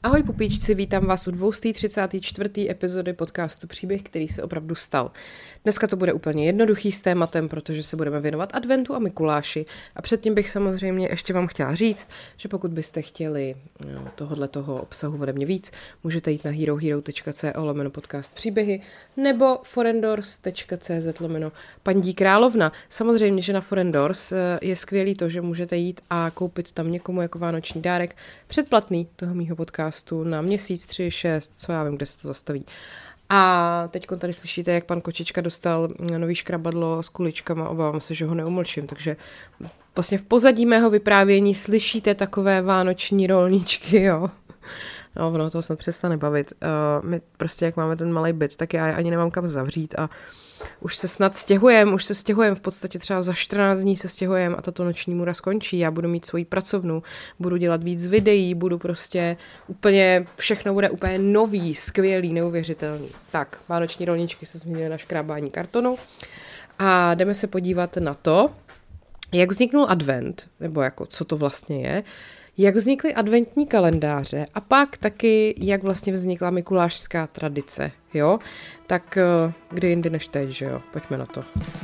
Ahoj pupíčci, vítám vás u 234. epizody podcastu Příběh, který se opravdu stal. Dneska to bude úplně jednoduchý s tématem, protože se budeme věnovat adventu a Mikuláši. A předtím bych samozřejmě ještě vám chtěla říct, že pokud byste chtěli toho obsahu ode mě víc, můžete jít na herohero.co/podcast příběhy nebo forendors.cz/Pandí královna. Samozřejmě, že na Forendors je skvělý to, že můžete jít a koupit tam někomu jako vánoční dárek předplatný toho mýho podcastu na měsíc, 3, 6, co já vím, kde se to zastaví. A teď tady slyšíte, jak pan Kočička dostal nový škrabadlo s kuličkama, obávám se, že ho neumlčím, takže vlastně v pozadí mého vyprávění slyšíte takové vánoční rolníčky, jo. No, ono to snad přestane bavit. My prostě, jak máme ten malý byt, tak já ani nemám kam zavřít a už se snad stěhujem, v podstatě třeba za 14 dní se stěhujem a tato noční můra skončí. Já budu mít svoji pracovnu, budu dělat víc videí, budu prostě úplně, všechno bude úplně nový, skvělý, neuvěřitelný. Tak, vánoční rolničky se změnily na škrábání kartonu a jdeme se podívat na to, jak vzniknul advent, nebo jako co to vlastně je, jak vznikly adventní kalendáře a pak taky, jak vlastně vznikla mikulášská tradice, jo? Tak kdy jindy než teď, že jo? Pojďme na to.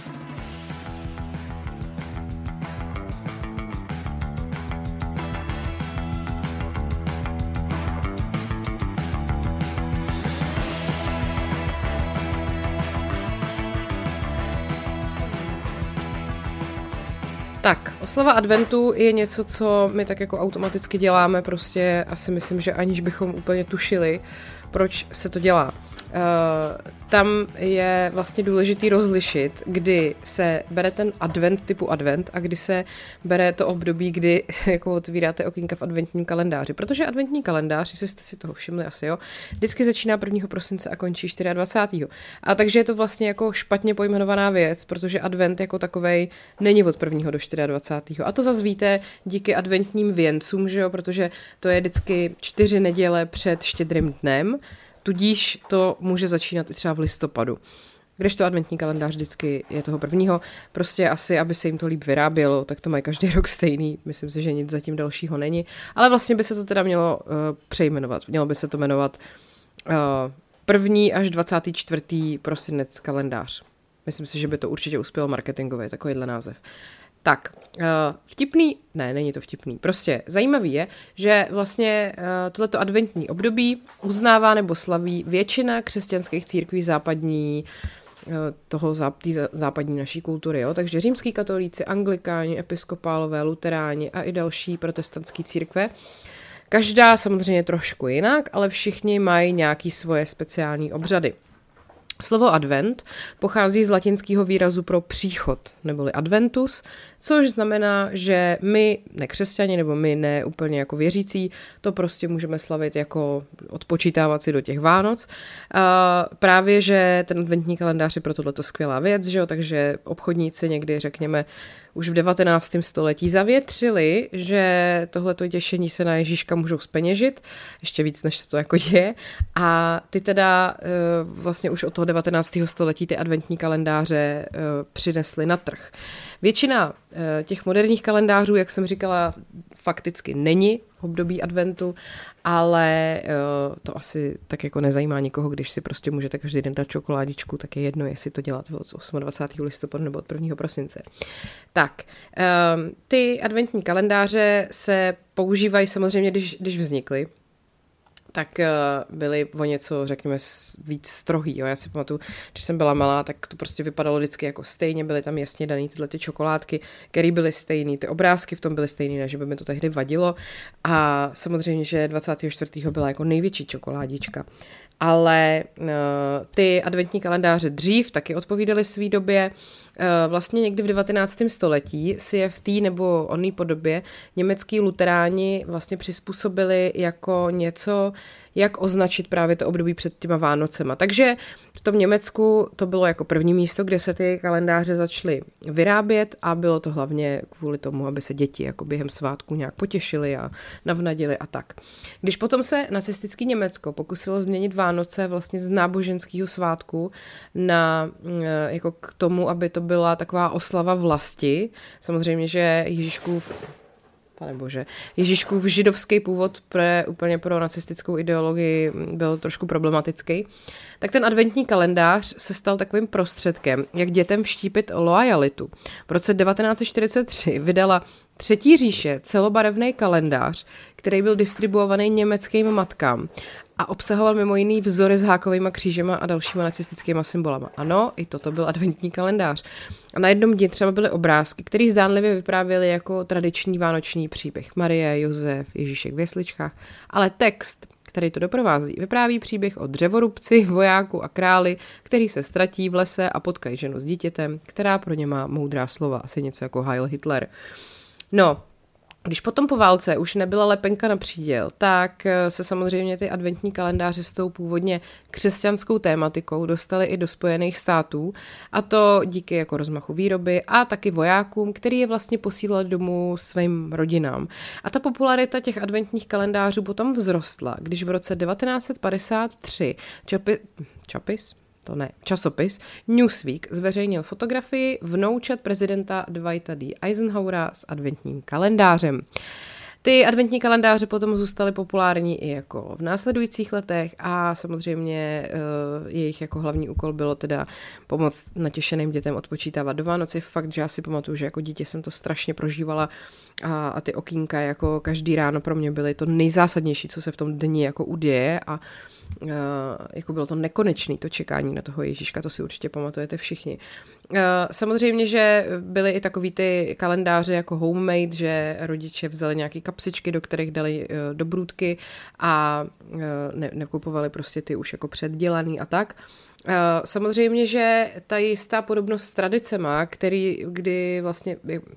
Tak, oslava adventu je něco, co my tak jako automaticky děláme, prostě asi myslím, že aniž bychom úplně tušili, proč se to dělá. Tam je vlastně důležitý rozlišit, kdy se bere ten advent typu advent a kdy se bere to období, kdy jako otvíráte okýnka v adventním kalendáři. Protože adventní kalendář, jestli jste si toho všimli asi, jo, vždycky začíná 1. prosince a končí 24. A takže je to vlastně jako špatně pojmenovaná věc, protože advent jako takovej není od 1. do 24. A to zase víte díky adventním věncům, že jo, protože to je vždycky 4 neděle před Štědrým dnem, tudíž to může začínat i třeba v listopadu. Kdežto adventní kalendář vždycky je toho 1. Prostě asi, aby se jim to líp vyrábělo, tak to mají každý rok stejný. Myslím si, že nic zatím dalšího není. Ale vlastně by se to teda mělo přejmenovat. Mělo by se to jmenovat 1. až 24. prosinec kalendář. Myslím si, že by to určitě uspělo marketingově, takovýhle název. Tak, vtipný, ne, není to vtipný, prostě zajímavý je, že vlastně tohleto adventní období uznává nebo slaví většina křesťanských církví západní, západní naší kultury, jo? Takže římský katolíci, anglikáni, episkopálové, luteráni a i další protestantské církve. Každá samozřejmě trošku jinak, ale všichni mají nějaký svoje speciální obřady. Slovo advent pochází z latinského výrazu pro příchod, neboli adventus, což znamená, že my, nekřesťani, nebo my ne úplně jako věřící, to prostě můžeme slavit jako odpočítávat si do těch Vánoc. Právě, že ten adventní kalendář je pro tohleto skvělá věc, že jo? Takže obchodníci někdy, řekněme, už v 19. století zavětřili, že tohleto těšení se na Ježíška můžou zpeněžit, ještě víc, než se to jako děje. A ty teda vlastně už od toho 19. století ty adventní kalendáře přinesly na trh. Většina těch moderních kalendářů, jak jsem říkala, fakticky není v období adventu, ale to asi tak jako nezajímá nikoho, když si prostě můžete každý den dát čokoládičku, tak je jedno, jestli to děláte od 28. listopadu nebo od 1. prosince. Tak, ty adventní kalendáře se používají samozřejmě, když vznikly, tak byly o něco, řekněme, víc strohý. Jo. Já si pamatuju, když jsem byla malá, tak to prostě vypadalo vždycky jako stejně, byly tam jasně daný tyhle ty čokoládky, které byly stejný, ty obrázky v tom byly stejný, ne, že by mi to tehdy vadilo. A samozřejmě, že 24. byla jako největší čokoládička. Ale ty adventní kalendáře dřív taky odpovídaly své době. Vlastně někdy v 19. století si je v té nebo oné podobě německý luteráni vlastně přizpůsobili jako něco, jak označit právě to období před těma Vánocema. Takže v tom Německu to bylo jako první místo, kde se ty kalendáře začaly vyrábět a bylo to hlavně kvůli tomu, aby se děti jako během svátku nějak potěšily a navnadili a tak. Když potom se nacistický Německo pokusilo změnit Vánoce vlastně z náboženského svátku na jako k tomu, aby to byla taková oslava vlasti, samozřejmě, že Ježíškův pane bože, Ježíškův židovský původ úplně pro nacistickou ideologii byl trošku problematický, tak ten adventní kalendář se stal takovým prostředkem, jak dětem vštípit loajalitu. V roce 1943 vydala Třetí říše celobarevný kalendář, který byl distribuovaný německým matkám a obsahoval mimo jiný vzory s hákovými křížema a dalšíma nacistickými symbolama. Ano, i toto byl adventní kalendář. A na jednom dni třeba byly obrázky, které zdánlivě vyprávěly jako tradiční vánoční příběh. Marie, Josef, Ježíšek v jesličkách. Ale text, který to doprovází, vypráví příběh o dřevorubci, vojáku a králi, který se ztratí v lese a potkají ženu s dítětem, která pro ně má moudrá slova, asi něco jako Heil Hitler. No, když potom po válce už nebyla lepenka na příděl, tak se samozřejmě ty adventní kalendáře s tou původně křesťanskou tématikou dostaly i do Spojených států, a to díky jako rozmachu výroby a taky vojákům, který je vlastně posílali domů svým rodinám. A ta popularita těch adventních kalendářů potom vzrostla, když v roce 1953 časopis Newsweek zveřejnil fotografii vnoučat prezidenta Dwighta D. Eisenhowera s adventním kalendářem. Ty adventní kalendáře potom zůstaly populární i jako v následujících letech a samozřejmě jejich jako hlavní úkol bylo teda pomoct natěšeným dětem odpočítávat do Vánoci. Fakt, že já si pamatuju, že jako dítě jsem to strašně prožívala a ty okýnka jako každý ráno pro mě byly to nejzásadnější, co se v tom dni jako uděje a jako bylo to nekonečné to čekání na toho Ježíška, to si určitě pamatujete všichni. Samozřejmě, že byly i takový ty kalendáře jako homemade, že rodiče vzali nějaké kapsičky, do kterých dali dobrůdky a nekupovali prostě ty už jako předdělaný a tak. Samozřejmě, že ta jistá podobnost s tradicema, kdy vlastně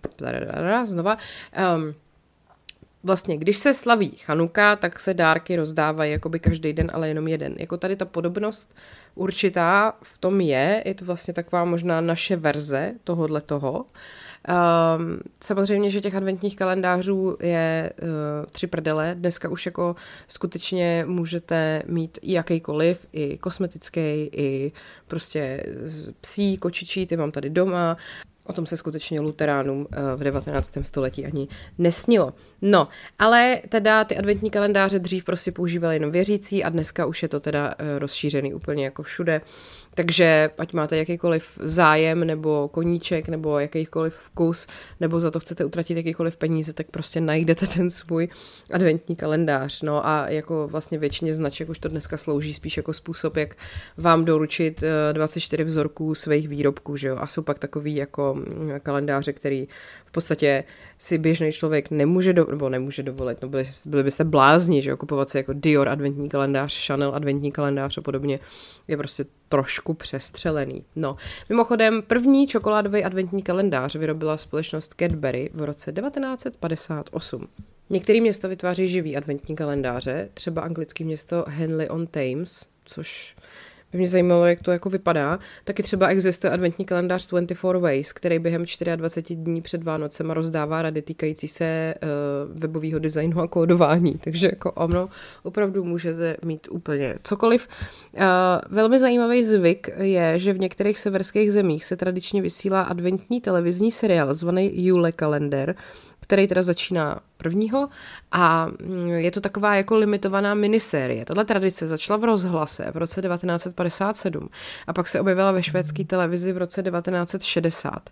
vlastně, když se slaví Chanuka, tak se dárky rozdávají jakoby každý den, ale jenom jeden. Jako tady ta podobnost určitá v tom je to vlastně taková možná naše verze tohodletoho. Samozřejmě, že těch adventních kalendářů je 3 prdele. Dneska už jako skutečně můžete mít jakýkoliv, i kosmetický, i prostě psí, kočičí, ty mám tady doma. O tom se skutečně luteránům v 19. století ani nesnilo. No, ale teda ty adventní kalendáře dřív prostě používali jenom věřící a dneska už je to teda rozšířený úplně jako všude. Takže ať máte jakýkoliv zájem nebo koníček nebo jakýkoliv vkus nebo za to chcete utratit jakýkoliv peníze, tak prostě najdete ten svůj adventní kalendář. No a jako vlastně většině značek už to dneska slouží spíš jako způsob, jak vám doručit 24 vzorků svých výrobků, že jo? A jsou pak takový jako kalendáře, který v podstatě si běžný člověk nemůže dovolit, no byli byste blázni, že jo, kupovat si jako Dior adventní kalendář, Chanel adventní kalendář a podobně, je prostě trošku přestřelený. No, mimochodem první čokoládový adventní kalendář vyrobila společnost Cadbury v roce 1958. Některé města vytváří živý adventní kalendáře, třeba anglické město Henley-on-Thames, což by mě zajímalo, jak to jako vypadá. Taky třeba existuje adventní kalendář 24 Ways, který během 24 dní před Vánocema rozdává rady týkající se webového designu a kódování. Takže jako ono opravdu můžete mít úplně cokoliv. Velmi zajímavý zvyk je, že v některých severských zemích se tradičně vysílá adventní televizní seriál zvaný Jule Kalender, který teda začíná 1. a je to taková jako limitovaná minisérie. Tato tradice začala v rozhlase v roce 1957 a pak se objevila ve švédské televizi v roce 1960.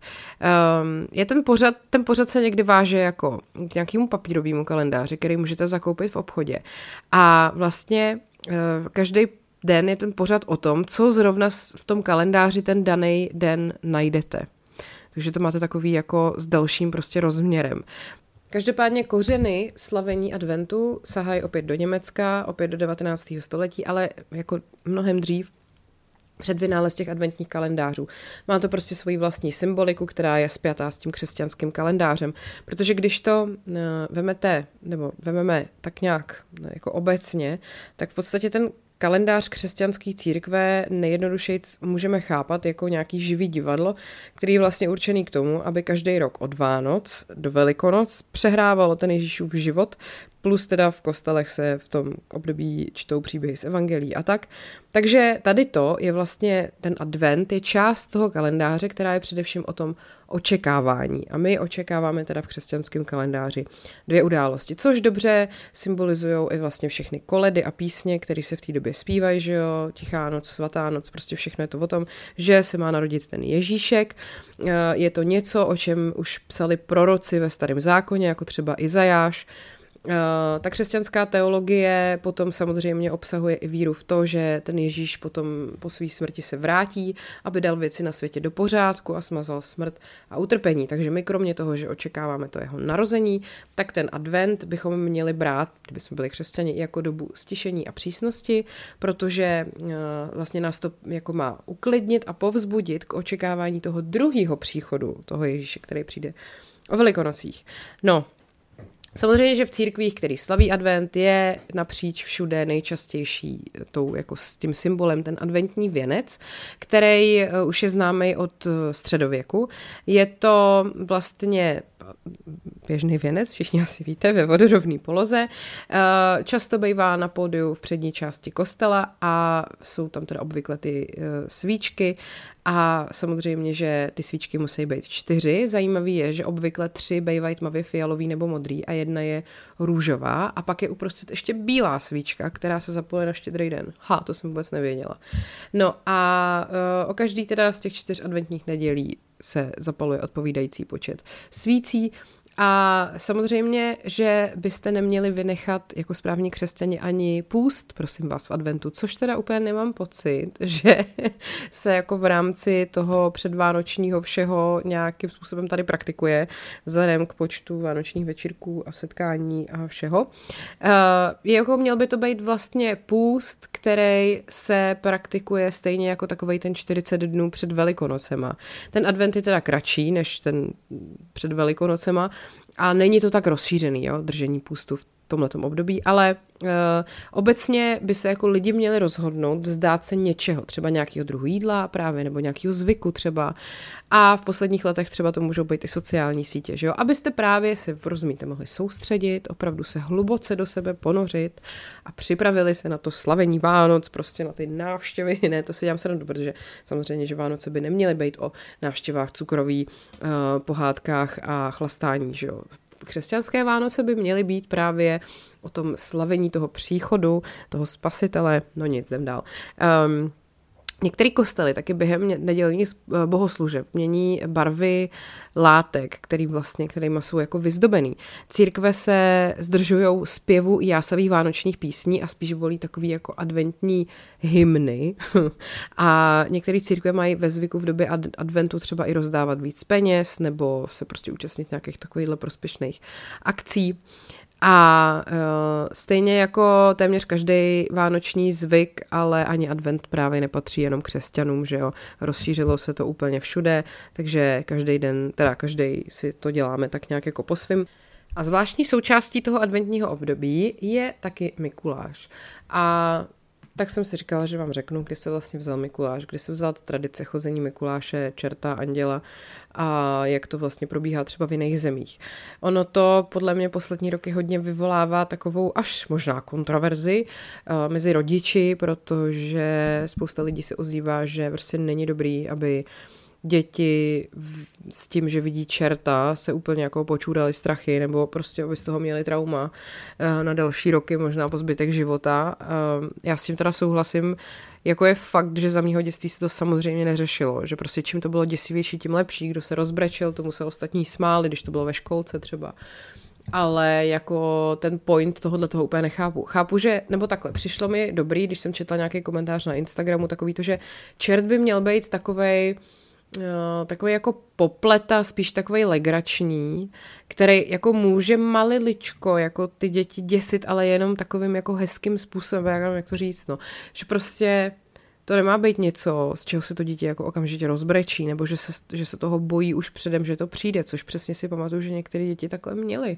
Ten pořad se někdy váže jako k nějakému papírovému kalendáři, který můžete zakoupit v obchodě. A vlastně každý den je ten pořad o tom, co zrovna v tom kalendáři ten daný den najdete. Takže to máte takový jako s dalším prostě rozměrem. Každopádně kořeny slavení adventu sahají opět do Německa, opět do 19. století, ale jako mnohem dřív před vynález těch adventních kalendářů. Má to prostě svoji vlastní symboliku, která je spjatá s tím křesťanským kalendářem, protože když to vememe tak nějak jako obecně, tak v podstatě ten kalendář křesťanské církve nejjednodušeji můžeme chápat jako nějaký živý divadlo, který je vlastně určený k tomu, aby každý rok od Vánoc do Velikonoc přehrávalo ten Ježíšův život plus teda v kostelech se v tom období čtou příběhy z evangelií a tak. Takže tady to je vlastně, ten advent je část toho kalendáře, která je především o tom očekávání. A my očekáváme teda v křesťanském kalendáři 2 události, což dobře symbolizují i vlastně všechny koledy a písně, které se v té době zpívají, že jo, Tichá noc, Svatá noc, prostě všechno je to o tom, že se má narodit ten Ježíšek. Je to něco, o čem už psali proroci ve Starém zákoně, jako třeba Izajáš. Ta křesťanská teologie potom samozřejmě obsahuje i víru v to, že ten Ježíš potom po své smrti se vrátí, aby dal věci na světě do pořádku a smazal smrt a utrpení. Takže my kromě toho, že očekáváme to jeho narození, tak ten advent bychom měli brát, kdyby jsme byli křesťani, jako dobu stišení a přísnosti, protože vlastně nás to jako má uklidnit a povzbudit k očekávání toho druhého příchodu, toho Ježíše, který přijde o Velikonocích. No, samozřejmě, že v církvích, který slaví advent, je napříč všude nejčastější jako s tím symbolem ten adventní věnec, který už je známý od středověku. Je to vlastně běžný věnec, všichni asi víte, ve vodorovné poloze. Často bývá na pódiu v přední části kostela a jsou tam teda obvykle ty svíčky a samozřejmě, že ty svíčky musí být 4. Zajímavý je, že obvykle 3 bývají tmavě fialový nebo modrý a 1 je růžová a pak je uprostřed ještě bílá svíčka, která se zapaluje na Štědrý den. To jsem vůbec nevěděla. No a o každý teda z těch 4 adventních nedělí se zapaluje odpovídající počet svící. A samozřejmě, že byste neměli vynechat jako správní křesťani ani půst, prosím vás, v adventu, což teda úplně nemám pocit, že se jako v rámci toho předvánočního všeho nějakým způsobem tady praktikuje, vzhledem k počtu vánočních večírků a setkání a všeho. Jako měl by to být vlastně půst, který se praktikuje stejně jako takovej ten 40 dnů před Velikonocema. Ten advent je teda kratší než ten před Velikonocema, a není to tak rozšířený, jo, držení půstu v tomhletom období, ale obecně by se jako lidi měli rozhodnout vzdát se něčeho, třeba nějakého druhu jídla právě, nebo nějakého zvyku třeba. A v posledních letech třeba to můžou být i sociální sítě, že jo, abyste právě se, rozumíte, mohli soustředit, opravdu se hluboce do sebe ponořit a připravili se na to slavení Vánoc, prostě na ty návštěvy, ne, to si dělám srandu, protože samozřejmě, že Vánoce by neměly být o návštěvách cukroví, pohádkách a chlastání, že jo. Křesťanské Vánoce by měly být právě o tom slavení toho příchodu, toho spasitele, no nic, jdem dál. Některé kostely taky během nedělních bohoslužeb mění barvy látek, kterýma jsou jako vyzdobený. Církve se zdržujou zpěvu jásavých vánočních písní a spíš volí takový jako adventní hymny. A některé církve mají ve zvyku v době adventu třeba i rozdávat víc peněz nebo se prostě účastnit nějakých takovýchhle prospěšných akcí. A stejně jako téměř každý vánoční zvyk, ale ani advent právě nepatří jenom křesťanům, že jo, rozšířilo se to úplně všude, takže každý den, teda každý si to děláme tak nějak jako po svým. A zvláštní součástí toho adventního období je taky Mikuláš. A tak jsem si říkala, že vám řeknu, kdy se vlastně vzal Mikuláš, kdy se vzala ta tradice chození Mikuláše, čerta, anděla a jak to vlastně probíhá třeba v jiných zemích. Ono to podle mě poslední roky hodně vyvolává takovou až možná kontroverzi mezi rodiči, protože spousta lidí se ozývá, že prostě není dobrý, aby děti s tím, že vidí čerta, se úplně jako počůrali strachy, nebo prostě aby z toho měli trauma na další roky, možná po zbytek života. Já s tím teda souhlasím, jako je fakt, že za mýho dětství se to samozřejmě neřešilo, že prostě čím to bylo děsivější, tím lepší, kdo se rozbrečel, tomu se ostatní smáli, když to bylo ve školce třeba. Ale jako ten point tohohle toho úplně nechápu. Chápu, že, nebo takhle, přišlo mi dobrý, když jsem četla nějaký komentář na Instagramu, takový to, že čert by měl být takovej jako popleta, spíš takovej legrační, který jako může maliličko jako ty děti děsit, ale jenom takovým jako hezkým způsobem, jak to říct, no. Že prostě to nemá být něco, z čeho se to dítě jako okamžitě rozbrečí, nebo že se toho bojí už předem, že to přijde, což přesně si pamatuju, že některé děti takhle měly.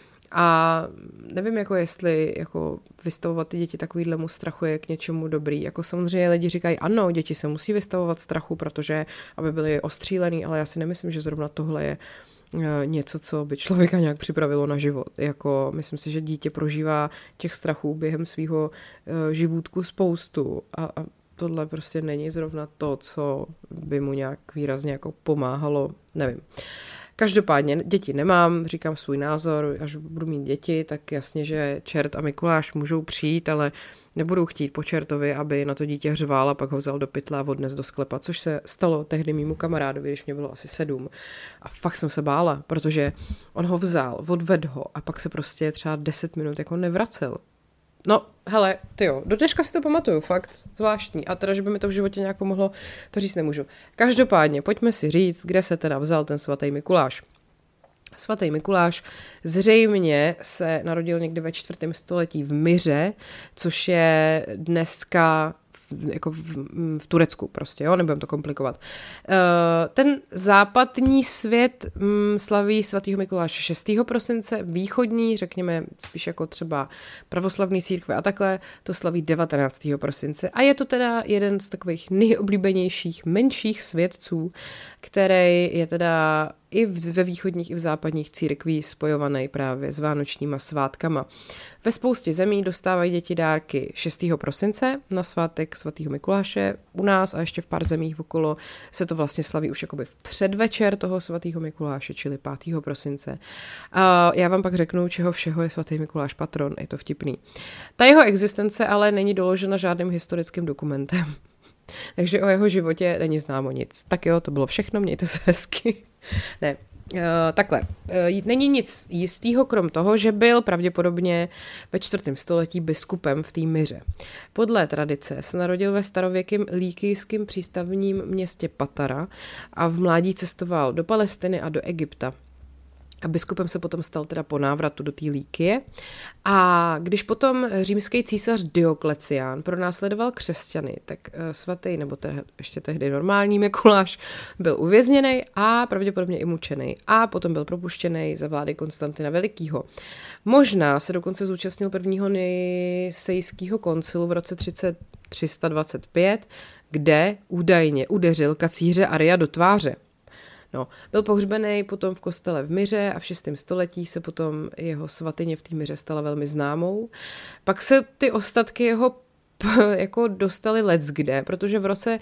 A nevím, jako jestli jako vystavovat ty děti takovýhlemu strachu je k něčemu dobrý. Jako samozřejmě lidi říkají, ano, děti se musí vystavovat strachu, protože aby byly ostřílený, ale já si nemyslím, že zrovna tohle je něco, co by člověka nějak připravilo na život. Jako, myslím si, že dítě prožívá těch strachů během svého živůtku spoustu a tohle prostě není zrovna to, co by mu nějak výrazně jako pomáhalo, nevím. Každopádně děti nemám, říkám svůj názor, až budu mít děti, tak jasně, že čert a Mikuláš můžou přijít, ale nebudou chtít po čertovi, aby na to dítě řvál a pak ho vzal do pytle a odnes do sklepa, což se stalo tehdy mýmu kamarádovi, když mě bylo asi 7. A fakt jsem se bála, protože on ho vzal, odvedl ho a pak se prostě třeba 10 minut jako nevracel. No, hele, tyjo, do dneška si to pamatuju, fakt zvláštní. A teda, že by mi to v životě nějak pomohlo, to říct nemůžu. Každopádně, pojďme si říct, kde se teda vzal ten svatý Mikuláš. Svatý Mikuláš zřejmě se narodil někdy ve 4. století v Myře, což je dneska jako v Turecku prostě, jo, nebudem to komplikovat. Ten západní svět slaví svatého Mikuláše 6. prosince, východní, řekněme spíš jako třeba pravoslavný církve a takhle, to slaví 19. prosince. A je to teda jeden z takových nejoblíbenějších menších světců, který je teda i ve východních, i v západních církví spojovaný právě s vánočníma svátkama. Ve spoustě zemí dostávají děti dárky 6. prosince na svátek svatého Mikuláše. U nás a ještě v pár zemích okolo se to vlastně slaví už jakoby v předvečer toho svatého Mikuláše, čili 5. prosince. A já vám pak řeknu, čeho všeho je svatý Mikuláš patron, je to vtipný. Ta jeho existence ale není doložena žádným historickým dokumentem. Takže o jeho životě není známo nic. Tak jo, to bylo všechno, mějte se hezky. Ne, takhle. Není nic jistého, krom toho, že byl pravděpodobně ve 4. století biskupem v té Myře. Podle tradice se narodil ve starověkém lýkijském přístavním městě Patara a v mládí cestoval do Palestiny a do Egypta. A biskupem se potom stal teda po návratu do té Lýkie. A když potom římský císař Dioklecián pronásledoval křesťany, tak svatý, nebo ještě tehdy normální Mikuláš, byl uvězněný a pravděpodobně i mučený. A potom byl propuštěný za vlády Konstantina Velikýho. Možná se dokonce zúčastnil prvního nicejského koncilu v roce 325, kde údajně udeřil kacíře Aria do tváře. No, byl pohřbený potom v kostele v Myře a v 6. století se potom jeho svatyně v té Myře stala velmi známou. Pak se ty ostatky jeho jako dostali leckde, protože v roce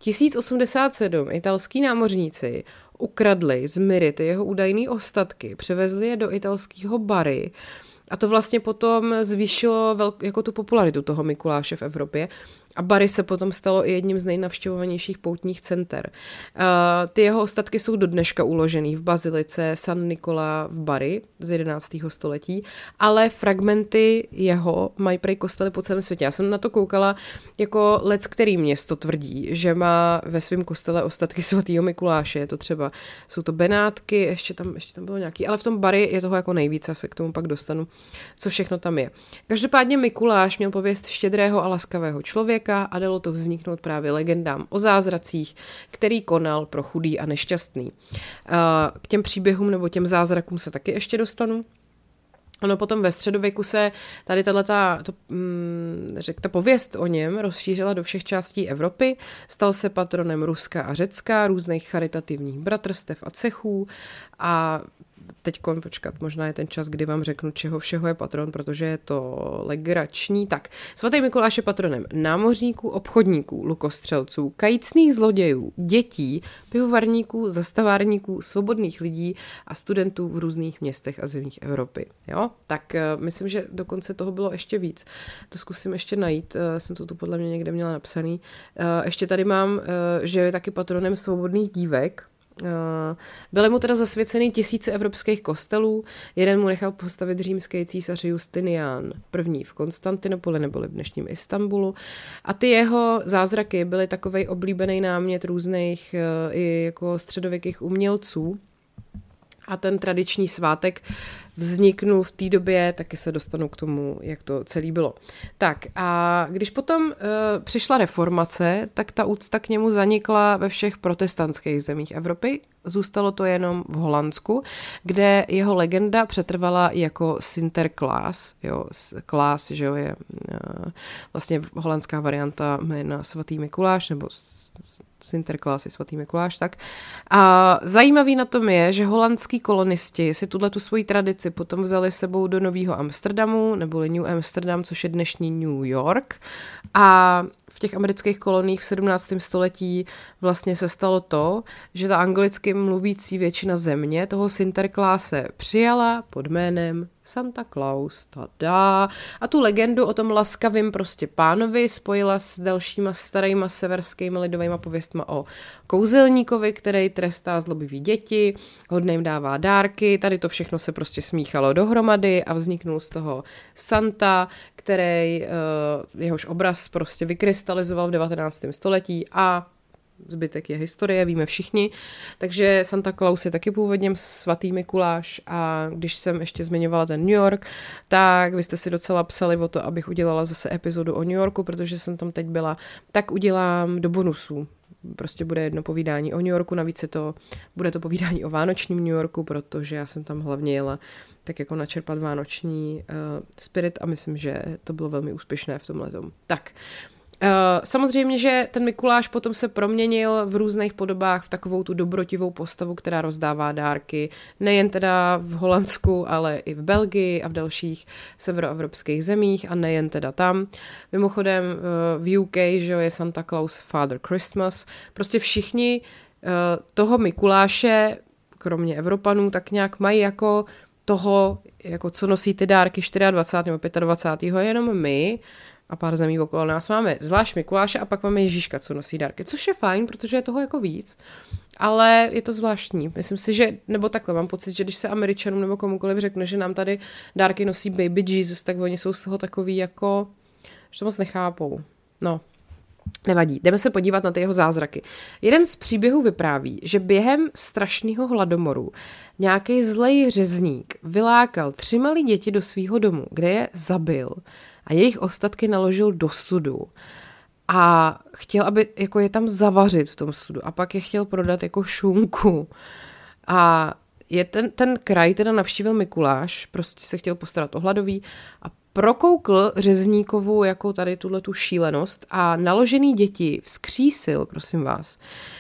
1087 italský námořníci ukradli z Myry ty jeho údajné ostatky, převezli je do italského Bari a to vlastně potom zvýšilo jako tu popularitu toho Mikuláše v Evropě. A Bari se potom stalo i jedním z nejnavštěvovanějších poutních center. Ty jeho ostatky jsou do dneška uložený v bazilice San Nicola v Bari z 11. století, ale fragmenty jeho mají prej kostely po celém světě. Já jsem na to koukala, jako leckterý město tvrdí, že má ve svém kostele ostatky svatého Mikuláše. Jsou to Benátky, ještě tam bylo nějaký, ale v tom Bari je toho jako nejvíc, já se k tomu pak dostanu, co všechno tam je. Každopádně Mikuláš měl pověst štědrého a laskavého člověka a dalo to vzniknout právě legendám o zázracích, který konal pro chudý a nešťastný. K těm příběhům nebo těm zázrakům se taky ještě dostanu. Potom ve středověku se tady ta pověst o něm rozšířila do všech částí Evropy, stal se patronem Ruska a Řecka, různých charitativních bratrstev a cechů a možná je ten čas, kdy vám řeknu, čeho všeho je patron, protože je to legrační. Tak, svatý Mikuláš je patronem námořníků, obchodníků, lukostřelců, kajícných zlodějů, dětí, pivovarníků, zastavárníků, svobodných lidí a studentů v různých městech a zemích Evropy. Jo? Tak myslím, že dokonce toho bylo ještě víc. To zkusím ještě najít, jsem to tu podle mě někde měla napsaný. Ještě tady mám, že je taky patronem svobodných dívek. Byly mu teda zasvěceny tisíce evropských kostelů, jeden mu nechal postavit římský císař Justinian I. v Konstantinopoli neboli v dnešním Istanbulu a ty jeho zázraky byly takovej oblíbený námět různých i jako středověkých umělců a ten tradiční svátek vzniknul v té době, taky se dostanu k tomu, jak to celé bylo. Tak a když potom přišla reformace, tak ta úcta k němu zanikla ve všech protestantských zemích Evropy. Zůstalo to jenom v Holandsku, kde jeho legenda přetrvala jako Sinterklaas. Jo, Klaas, že jo, je vlastně holandská varianta jména svatý Mikuláš, nebo Sinterklaas je svatý Mikuláš, tak. A zajímavý na tom je, že holandský kolonisti si tu svoji tradici potom vzali sebou do Nového Amsterdamu, neboli New Amsterdam, což je dnešní New York. A v těch amerických koloniích v 17. století vlastně se stalo to, že ta anglicky mluvící většina země toho Sinterklaase přijala pod jménem Santa Claus, tada. A tu legendu o tom laskavým prostě pánovi spojila s dalšíma starýma severskými lidovými pověstma o kouzelníkovi, který trestá zlobivý děti, hodně jim dává dárky, tady to všechno se prostě smíchalo dohromady a vzniknul z toho Santa, který jehož obraz prostě vykrystalizoval v 19. století a zbytek je historie, víme všichni. Takže Santa Claus je taky původně svatý Mikuláš a když jsem ještě zmiňovala ten New York, tak vy jste si docela psali o to, abych udělala zase epizodu o New Yorku, protože jsem tam teď byla, tak udělám do bonusů. Prostě bude jedno povídání o New Yorku, navíc bude to povídání o vánočním New Yorku, protože já jsem tam hlavně jela tak jako načerpat vánoční spirit a myslím, že to bylo velmi úspěšné v tomhletom. Tak, samozřejmě, že ten Mikuláš potom se proměnil v různých podobách v takovou tu dobrotivou postavu, která rozdává dárky, nejen teda v Holandsku, ale i v Belgii a v dalších severoevropských zemích a nejen teda tam. Mimochodem v UK, že je Santa Claus Father Christmas, prostě všichni toho Mikuláše, kromě Evropanů, tak nějak mají jako toho, jako co nosí ty dárky 24. nebo 25. jenom my a pár zemí okolo nás máme zvlášť Mikuláše a pak máme Ježíška, co nosí dárky, což je fajn, protože je toho jako víc, ale je to zvláštní. Myslím si, že, nebo takhle, mám pocit, že když se Američanům nebo komukoliv řekne, že nám tady dárky nosí Baby Jesus, tak oni jsou z toho takový jako, že to moc nechápou. No, nevadí. Jdeme se podívat na ty jeho zázraky. Jeden z příběhů vypráví, že během strašného hladomoru nějaký zlej řezník vylákal 3 malé děti do svého domu, kde je zabil a jejich ostatky naložil do sudu. A chtěl, aby jako je tam zavařit v tom sudu a pak je chtěl prodat jako šunku. A je ten kraj teda navštívil Mikuláš, prostě se chtěl postarat o hladový a prokoukl řezníkovu jako tady tu šílenost a naložený děti vzkřísil, prosím vás.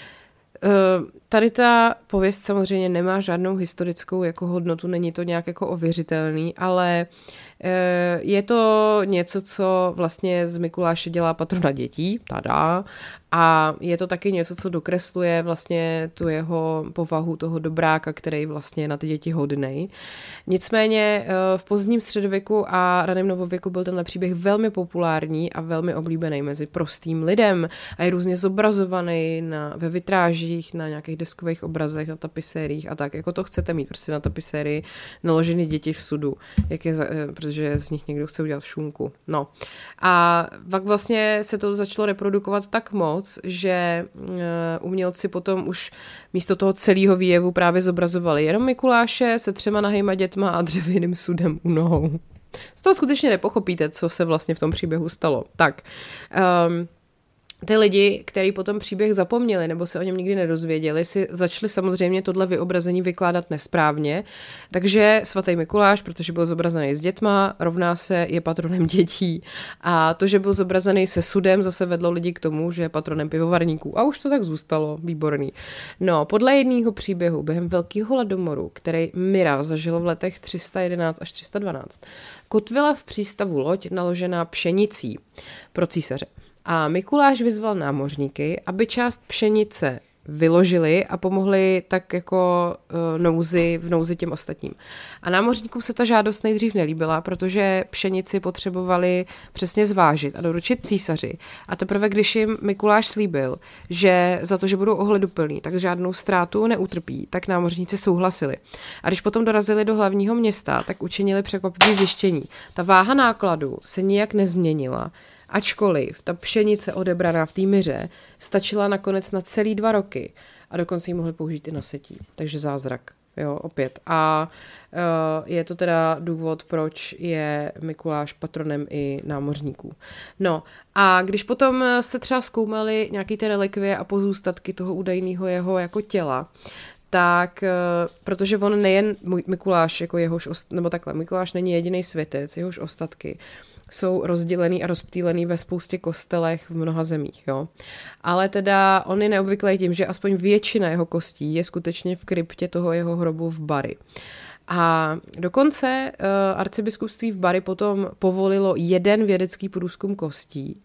Tady ta pověst samozřejmě nemá žádnou historickou jako hodnotu, není to nějak jako ověřitelný, ale je to něco, co vlastně z Mikuláše dělá patrona dětí, tada, a je to taky něco, co dokresluje vlastně tu jeho povahu toho dobráka, který vlastně je na ty děti hodnej. Nicméně v pozdním středověku a raném novověku byl tenhle příběh velmi populární a velmi oblíbený mezi prostým lidem a je různě zobrazovaný ve vitrážích, na nějakých deskových obrazech, na tapisériích a tak, jako to chcete mít prostě na tapisérii naložený děti v sudu, protože z nich někdo chce udělat šunku. No. A pak vlastně se to začalo reprodukovat tak moc, že umělci potom už místo toho celého výjevu právě zobrazovali jenom Mikuláše se 3 nahejma dětma a dřevěným sudem u nohou. Z toho skutečně nepochopíte, co se vlastně v tom příběhu stalo. Tak, ty lidi, kteří potom příběh zapomněli nebo se o něm nikdy nedozvěděli, si začali samozřejmě tohle vyobrazení vykládat nesprávně. Takže svatý Mikuláš, protože byl zobrazený s dětma, rovná se je patronem dětí. A to, že byl zobrazený se sudem, zase vedlo lidi k tomu, že je patronem pivovarníků. A už to tak zůstalo. Výborný. No, podle jedného příběhu během velkého hladomoru, který Mira zažil v letech 311 až 312, kotvila v přístavu loď naložená pšenicí pro císaře. A Mikuláš vyzval námořníky, aby část pšenice vyložili a pomohli tak jako v nouzi těm ostatním. A námořníkům se ta žádost nejdřív nelíbila, protože pšenici potřebovali přesně zvážit a doručit císaři. A teprve, když jim Mikuláš slíbil, že za to, že budou ohleduplní, tak žádnou ztrátu neutrpí, tak námořníci souhlasili. A když potom dorazili do hlavního města, tak učinili překvapivé zjištění. Ta váha nákladu se nijak nezměnila, ačkoliv ta pšenice odebraná v té Miře stačila nakonec na celý 2 roky a dokonce ji mohli použít i na setí. Takže zázrak. jo, opět. A je to teda důvod, proč je Mikuláš patronem i námořníků. No a když potom se třeba zkoumaly nějaký ty relikvie a pozůstatky toho údajného jeho jako těla, tak, protože on nejen Mikuláš, jako jehož, nebo takhle, Mikuláš není jediný světec, jehož ostatky jsou rozdělený a rozptýlený ve spoustě kostelech v mnoha zemích, jo. Ale teda on je neobvyklý tím, že aspoň většina jeho kostí je skutečně v kryptě toho jeho hrobu v Bari. A dokonce arcibiskupství v Bari potom povolilo jeden vědecký průzkum kostí,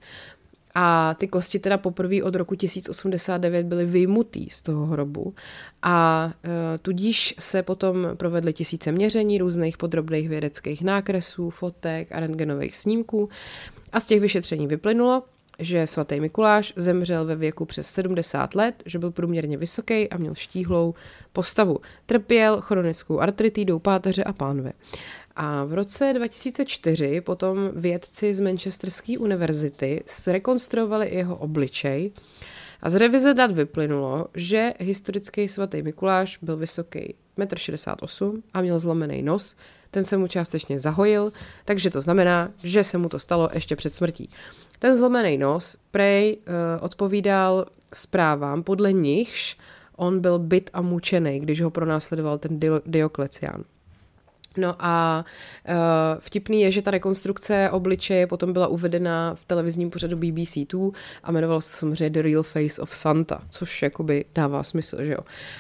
a ty kosti teda poprvé od roku 1089 byly vyjmutý z toho hrobu a tudíž se potom provedly tisíce měření různých podrobných vědeckých nákresů, fotek a rentgenových snímků a z těch vyšetření vyplynulo, že svatý Mikuláš zemřel ve věku přes 70 let, že byl průměrně vysoký a měl štíhlou postavu. Trpěl chronickou artritidou páteře a pánve. A v roce 2004 potom vědci z Manchesterské univerzity zrekonstruovali jeho obličej a z revize dat vyplynulo, že historický svatý Mikuláš byl vysoký 1,68 m a měl zlomený nos, ten se mu částečně zahojil, takže to znamená, že se mu to stalo ještě před smrtí. Ten zlomený nos prej odpovídal zprávám, podle nichž on byl bit a mučený, když ho pronásledoval ten Dioklecián. No a vtipný je, že ta rekonstrukce obličeje potom byla uvedena v televizním pořadu BBC2 a jmenovalo se samozřejmě The Real Face of Santa, což jakoby dává smysl, že jo.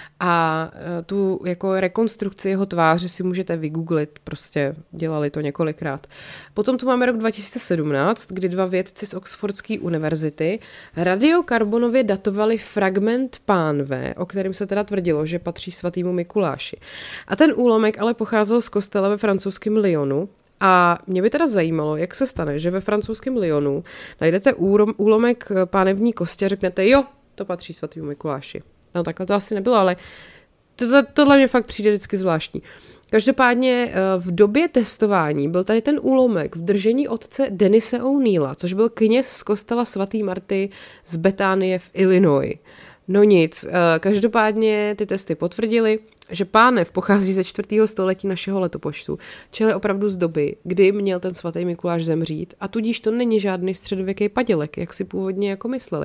A tu jako rekonstrukci jeho tváře si můžete vygooglit, prostě dělali to několikrát. Potom tu máme rok 2017, kdy dva vědci z Oxfordské univerzity radiokarbonově datovali fragment pánve, o kterém se teda tvrdilo, že patří svatýmu Mikuláši. A ten úlomek ale pocházel z kostela ve francouzském Lyonu. A mě by teda zajímalo, jak se stane, že ve francouzském Lyonu najdete úlomek pánevní kosti a řeknete, jo, to patří svatýmu Mikuláši. No takhle to asi nebylo, ale tohle mě fakt přijde vždycky zvláštní. Každopádně v době testování byl tady ten úlomek v držení otce Denise O'Neilla, což byl kněz z kostela svatý Marty z Betánie v Illinois. No nic, každopádně ty testy potvrdily, že pánev pochází ze 4. století našeho letopočtu, čili opravdu z doby, kdy měl ten svatý Mikuláš zemřít a tudíž to není žádný středověký padělek, jak si původně jako mysleli.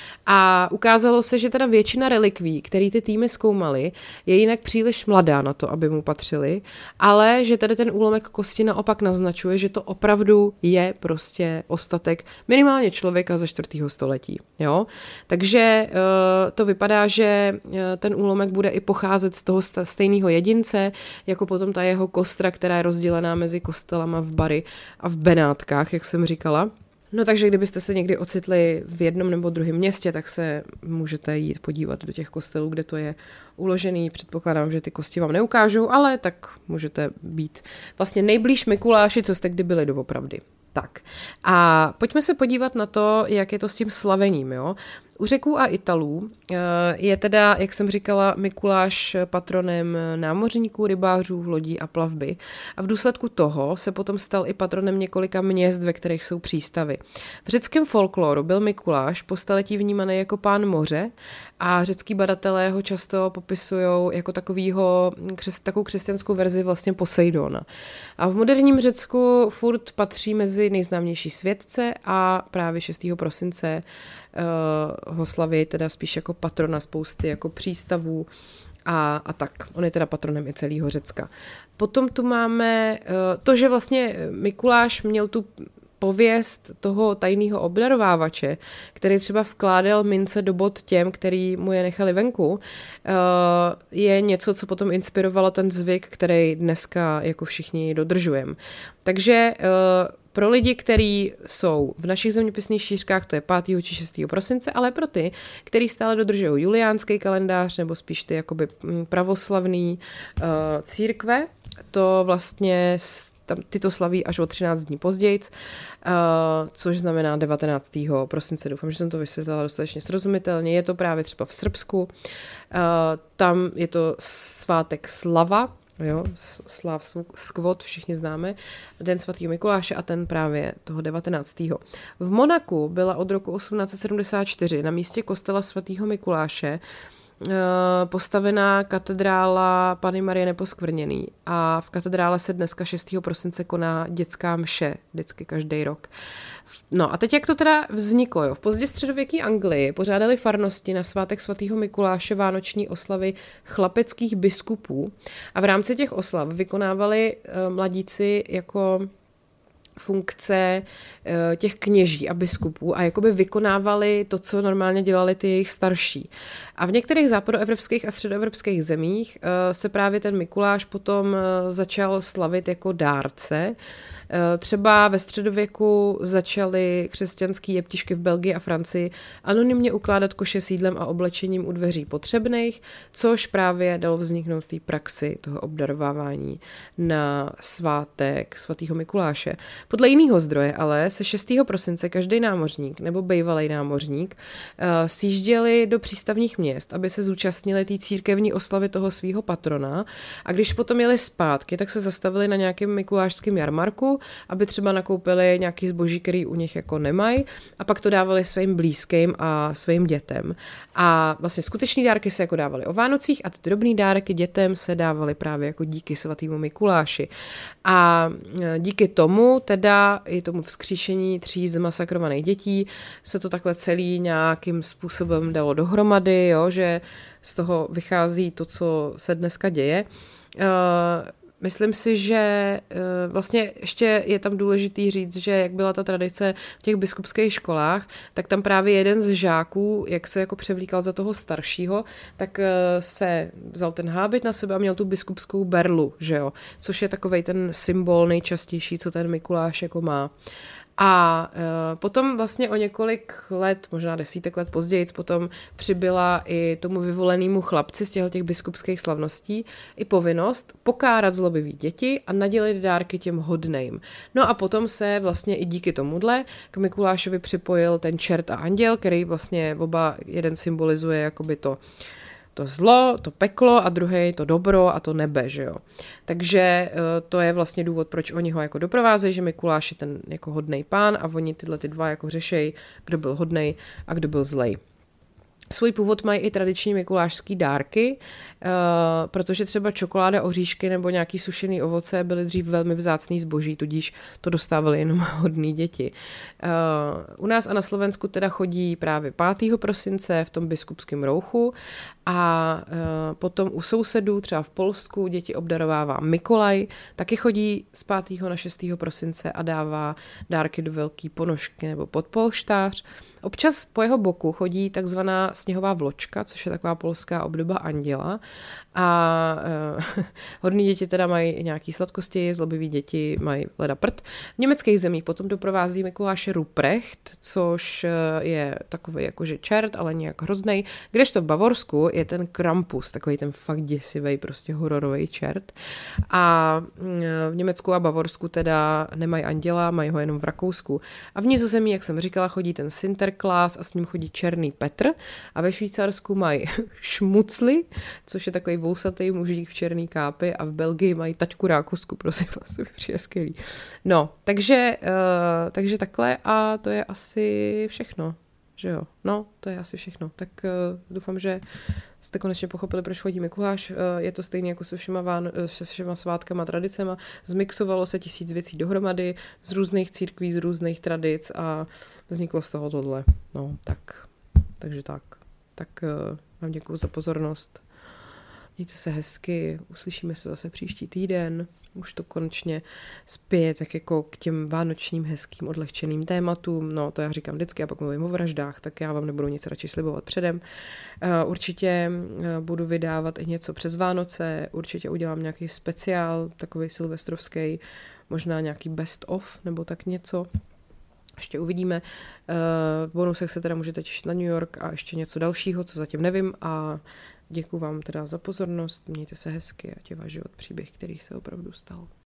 A ukázalo se, že teda většina relikví, které ty týmy zkoumaly, je jinak příliš mladá na to, aby mu patřily, ale že tady ten úlomek kosti naopak naznačuje, že to opravdu je prostě ostatek minimálně člověka ze 4. století. Jo? Takže to vypadá, že ten úlomek bude i pocházet z toho stejného jedince, jako potom ta jeho kostra, která je rozdělená mezi kostelama v Bari a v Benátkách, jak jsem říkala. No takže kdybyste se někdy ocitli v jednom nebo druhém městě, tak se můžete jít podívat do těch kostelů, kde to je uložený. Předpokládám, že ty kosti vám neukážou, ale tak můžete být vlastně nejblíž Mikuláši, co jste kdy byli doopravdy. Tak a pojďme se podívat na to, jak je to s tím slavením, jo. U Řeků a Italů je teda, jak jsem říkala, Mikuláš patronem námořníků, rybářů, lodí a plavby. A v důsledku toho se potom stal i patronem několika měst, ve kterých jsou přístavy. V řeckém folkloru byl Mikuláš po staletí vnímaný jako pán moře a řecký badatelé ho často popisují jako takovou křesťanskou verzi vlastně Poseidona. A v moderním Řecku furt patří mezi nejznámější světce a právě 6. prosince ho slaví teda spíš jako patrona spousty jako přístavů a tak. On je teda patronem i celého Řecka. Potom tu máme to, že vlastně Mikuláš měl tu pověst toho tajného obdarovávače, který třeba vkládal mince do bod těm, který mu je nechali venku, je něco, co potom inspirovalo ten zvyk, který dneska jako všichni dodržujeme. Takže pro lidi, kteří jsou v našich zeměpisných šířkách, to je 5. či 6. prosince, ale pro ty, kteří stále dodržují juliánský kalendář, nebo spíš ty jakoby pravoslavný církve, to vlastně ty to slaví až o 13 dní později, což znamená 19. prosince. Doufám, že jsem to vysvětlila dostatečně srozumitelně. Je to právě třeba v Srbsku. Tam je to svátek Slava, jo, Slav Skvot, všichni známe, den svatého Mikuláše a ten právě toho 19. V Monaku byla od roku 1874 na místě kostela svatého Mikuláše postavená katedrála Panny Marie Neposkvrněný a v katedrále se dneska 6. prosince koná dětská mše, vždycky každý rok. No a teď jak to teda vzniklo, jo? V pozdě středověké Anglii pořádali farnosti na svátek svatého Mikuláše vánoční oslavy chlapeckých biskupů a v rámci těch oslav vykonávali mladíci jako funkce těch kněží a biskupů a jakoby vykonávali to, co normálně dělali ty jejich starší. A v některých západoevropských a středoevropských zemích se právě ten Mikuláš potom začal slavit jako dárce. Třeba ve středověku začaly křesťanský jeptišky v Belgii a Francii anonymně ukládat koše s jídlem a oblečením u dveří potřebných, což právě dalo vzniknout té praxi toho obdarovávání na svátek svatého Mikuláše. Podle jiného zdroje ale se 6. prosince každý námořník nebo bývalý námořník sjížděli do přístavních měst, aby se zúčastnili té církevní oslavy toho svého patrona a když potom jeli zpátky, tak se zastavili na nějakém mikulášském jarmarku, aby třeba nakoupili nějaký zboží, který u nich jako nemají a pak to dávali svým blízkým a svým dětem. A vlastně skutečný dárky se jako dávali o Vánocích a ty drobný dárky dětem se dávaly právě jako díky svatému Mikuláši. A díky tomu teda i tomu vzkříšení 3 zmasakrovaných dětí se to takhle celý nějakým způsobem dalo dohromady, jo, že z toho vychází to, co se dneska děje. Myslím si, že vlastně ještě je tam důležitý říct, že jak byla ta tradice v těch biskupských školách, tak tam právě jeden z žáků, jak se jako převlíkal za toho staršího, tak se vzal ten hábit na sebe a měl tu biskupskou berlu, že jo, což je takovej ten symbol nejčastější, co ten Mikuláš jako má. A potom vlastně o několik let, možná desítek let později, potom přibyla i tomu vyvolenému chlapci z těch biskupských slavností i povinnost pokárat zlobivý děti a nadělit dárky těm hodným. No a potom se vlastně i díky tomuhle k Mikulášovi připojil ten čert a anděl, který vlastně oba jeden symbolizuje jakoby to zlo, to peklo a druhý to dobro a to nebe, že jo. Takže to je vlastně důvod, proč oni ho jako doprovázejí, že Mikuláš je ten jako hodnej pán a oni tyhle ty dva jako řešejí, kdo byl hodnej a kdo byl zlej. Svůj původ mají i tradiční mikulášský dárky, protože třeba čokoláda, oříšky nebo nějaký sušený ovoce byly dřív velmi vzácný zboží, tudíž to dostávali jenom hodný děti. U nás a na Slovensku teda chodí právě 5. prosince v tom biskupském rouchu a potom u sousedů, třeba v Polsku, děti obdarovává Mikolaj, taky chodí z 5. na 6. prosince a dává dárky do velký ponožky nebo podpolštář. Občas po jeho boku chodí takzvaná sněhová vločka, což je taková polská obdoba anděla. A hodný děti teda mají nějaký sladkosti, zlobivý děti mají leda prd. V německých zemích potom doprovází Mikuláše Ruprecht, což je takový jakože čert, ale nějak hroznej. Kdežto v Bavorsku je ten Krampus, takový ten fakt děsivý, prostě hororový čert. A v Německu a Bavorsku teda nemají anděla, mají ho jenom v Rakousku. A v Nizozemí, jak jsem říkala, chodí ten Sinterklaas a s ním chodí černý Petr. A ve Švýcarsku mají šmucly, což je takový vousatý mužík v černý kápi a v Belgii mají taťku Rákosku, prosím vás, přijde skvělý. No, takže takhle a to je asi všechno, že jo? No, to je asi všechno. Tak doufám, že jste konečně pochopili, proč chodí Mikuláš. Je to stejné jako se všema svátkama, tradicema. Zmixovalo se 1000 věcí dohromady z různých církví, z různých tradic a vzniklo z toho tohle. No, takže tak. Tak vám děkuju za pozornost. Mějte se hezky, uslyšíme se zase příští týden. Už to konečně spěje tak jako k těm vánočním hezkým odlehčeným tématům. No, to já říkám vždycky a pak mluvím o vraždách, tak já vám nebudu nic radši slibovat předem. Určitě budu vydávat i něco přes Vánoce, určitě udělám nějaký speciál, takový silvestrovský, možná nějaký best of nebo tak něco. Ještě uvidíme. V bonusech se teda můžete těšit na New York a ještě něco dalšího, co zatím nevím a děkuji vám teda za pozornost, mějte se hezky a tě váš život příběh, který se opravdu stal.